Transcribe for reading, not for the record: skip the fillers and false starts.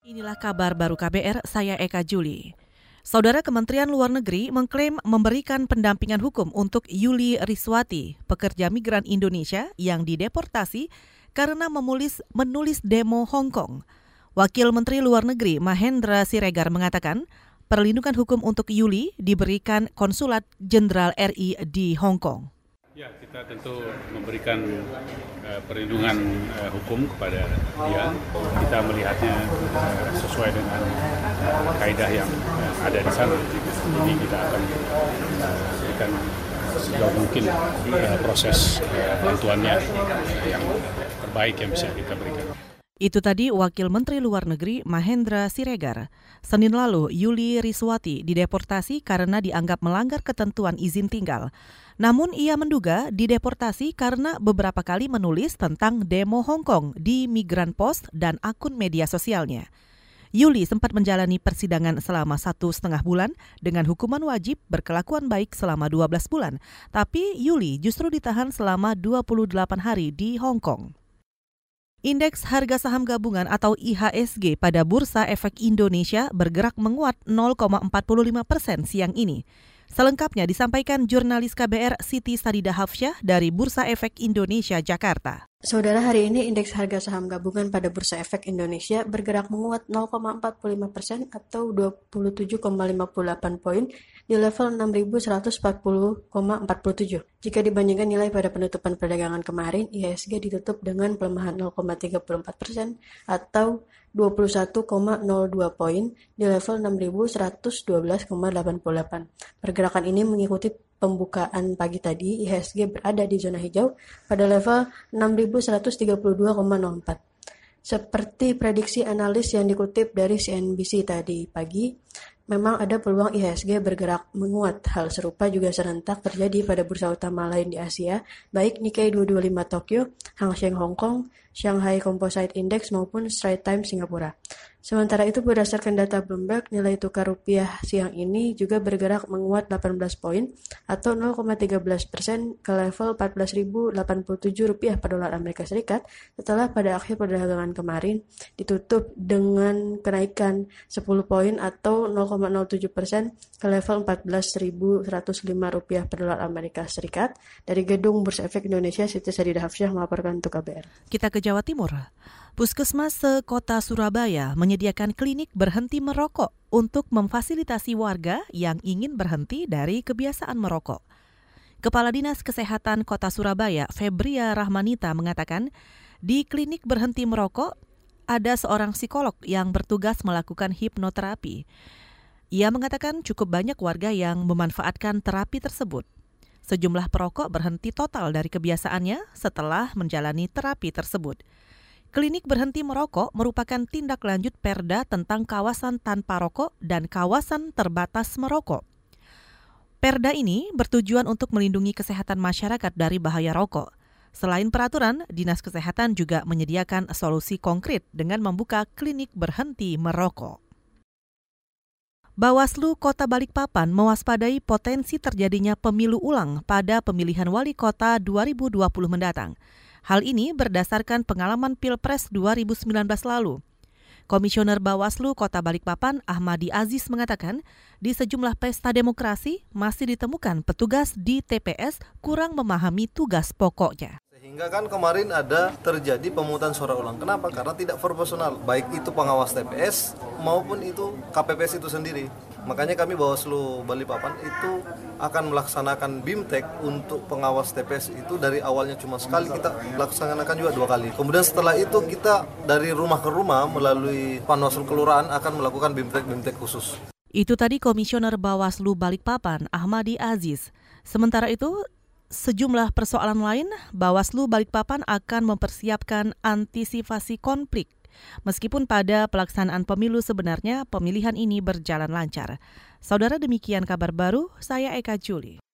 Inilah kabar baru KBR, saya Eka Juli. Saudara Kementerian Luar Negeri mengklaim memberikan pendampingan hukum untuk Yuli Riswati, pekerja migran Indonesia yang dideportasi karena menulis demo Hong Kong. Wakil Menteri Luar Negeri Mahendra Siregar mengatakan, perlindungan hukum untuk Yuli diberikan Konsulat Jenderal RI di Hong Kong. Ya, kita tentu memberikan perlindungan hukum kepada dia. Kita melihatnya sesuai dengan kaidah yang ada di sana. Jadi kita akan berikan sejauh mungkin proses bantuannya yang terbaik yang bisa kita berikan. Itu tadi Wakil Menteri Luar Negeri Mahendra Siregar. Senin lalu, Yuli Riswati dideportasi karena dianggap melanggar ketentuan izin tinggal. Namun ia menduga dideportasi karena beberapa kali menulis tentang demo Hong Kong di Migran Post dan akun media sosialnya. Yuli sempat menjalani persidangan selama 1,5 bulan dengan hukuman wajib berkelakuan baik selama 12 bulan. Tapi Yuli justru ditahan selama 28 hari di Hong Kong. Indeks harga saham gabungan atau IHSG pada Bursa Efek Indonesia bergerak menguat 0,45% siang ini. Selengkapnya disampaikan jurnalis KBR Siti Sadida Hafsyah dari Bursa Efek Indonesia, Jakarta. Saudara, hari ini indeks harga saham gabungan pada Bursa Efek Indonesia bergerak menguat 0,45% atau 27,58 poin di level 6.140,47. Jika dibandingkan nilai pada penutupan perdagangan kemarin, IHSG ditutup dengan pelemahan 0,34% atau 21,02 poin di level 6.112,88. Pergerakan ini mengikuti pembukaan pagi tadi. IHSG berada di zona hijau pada level 6.132,04. Seperti prediksi analis yang dikutip dari CNBC tadi pagi, memang ada peluang IHSG bergerak menguat. Hal serupa juga serentak terjadi pada bursa utama lain di Asia, baik Nikkei 225 Tokyo, Hang Seng Hong Kong, Shanghai Composite Index maupun Straits Times Singapura. Sementara itu berdasarkan data Bloomberg, nilai tukar rupiah siang ini juga bergerak menguat 18 poin atau 0,13% ke level 14.087 rupiah per dolar Amerika Serikat setelah pada akhir perdagangan kemarin ditutup dengan kenaikan 10 poin atau 0,07% ke level 14.105 rupiah per dolar Amerika Serikat. Dari Gedung Bursa Efek Indonesia, Siti Sadida Hafsyah melaporkan untuk KBR. Kita ke Jawa Timur. Puskesmas sekota Surabaya menyediakan klinik berhenti merokok untuk memfasilitasi warga yang ingin berhenti dari kebiasaan merokok. Kepala Dinas Kesehatan Kota Surabaya, Febria Rahmanita, mengatakan di klinik berhenti merokok ada seorang psikolog yang bertugas melakukan hipnoterapi. Ia mengatakan cukup banyak warga yang memanfaatkan terapi tersebut. Sejumlah perokok berhenti total dari kebiasaannya setelah menjalani terapi tersebut. Klinik berhenti merokok merupakan tindak lanjut Perda tentang kawasan tanpa rokok dan kawasan terbatas merokok. Perda ini bertujuan untuk melindungi kesehatan masyarakat dari bahaya rokok. Selain peraturan, Dinas Kesehatan juga menyediakan solusi konkret dengan membuka klinik berhenti merokok. Bawaslu Kota Balikpapan mewaspadai potensi terjadinya pemilu ulang pada pemilihan wali kota 2020 mendatang. Hal ini berdasarkan pengalaman Pilpres 2019 lalu. Komisioner Bawaslu Kota Balikpapan Ahmadi Aziz mengatakan, di sejumlah pesta demokrasi masih ditemukan petugas di TPS kurang memahami tugas pokoknya. Sehingga kan kemarin ada terjadi pemungutan suara ulang. Kenapa? Karena tidak proporsional, baik itu pengawas TPS maupun itu KPPS itu sendiri. Makanya kami Bawaslu Balikpapan itu akan melaksanakan BIMTEK untuk pengawas TPS itu dari awalnya cuma sekali, kita laksanakan juga 2 kali. Kemudian setelah itu kita dari rumah ke rumah melalui Panwaslu Kelurahan akan melakukan BIMTEK khusus. Itu tadi Komisioner Bawaslu Balikpapan Ahmadi Aziz. Sementara itu, sejumlah persoalan lain, Bawaslu Balikpapan akan mempersiapkan antisipasi konflik. Meskipun pada pelaksanaan pemilu sebenarnya pemilihan ini berjalan lancar. Saudara, demikian kabar baru, saya Eka Juli.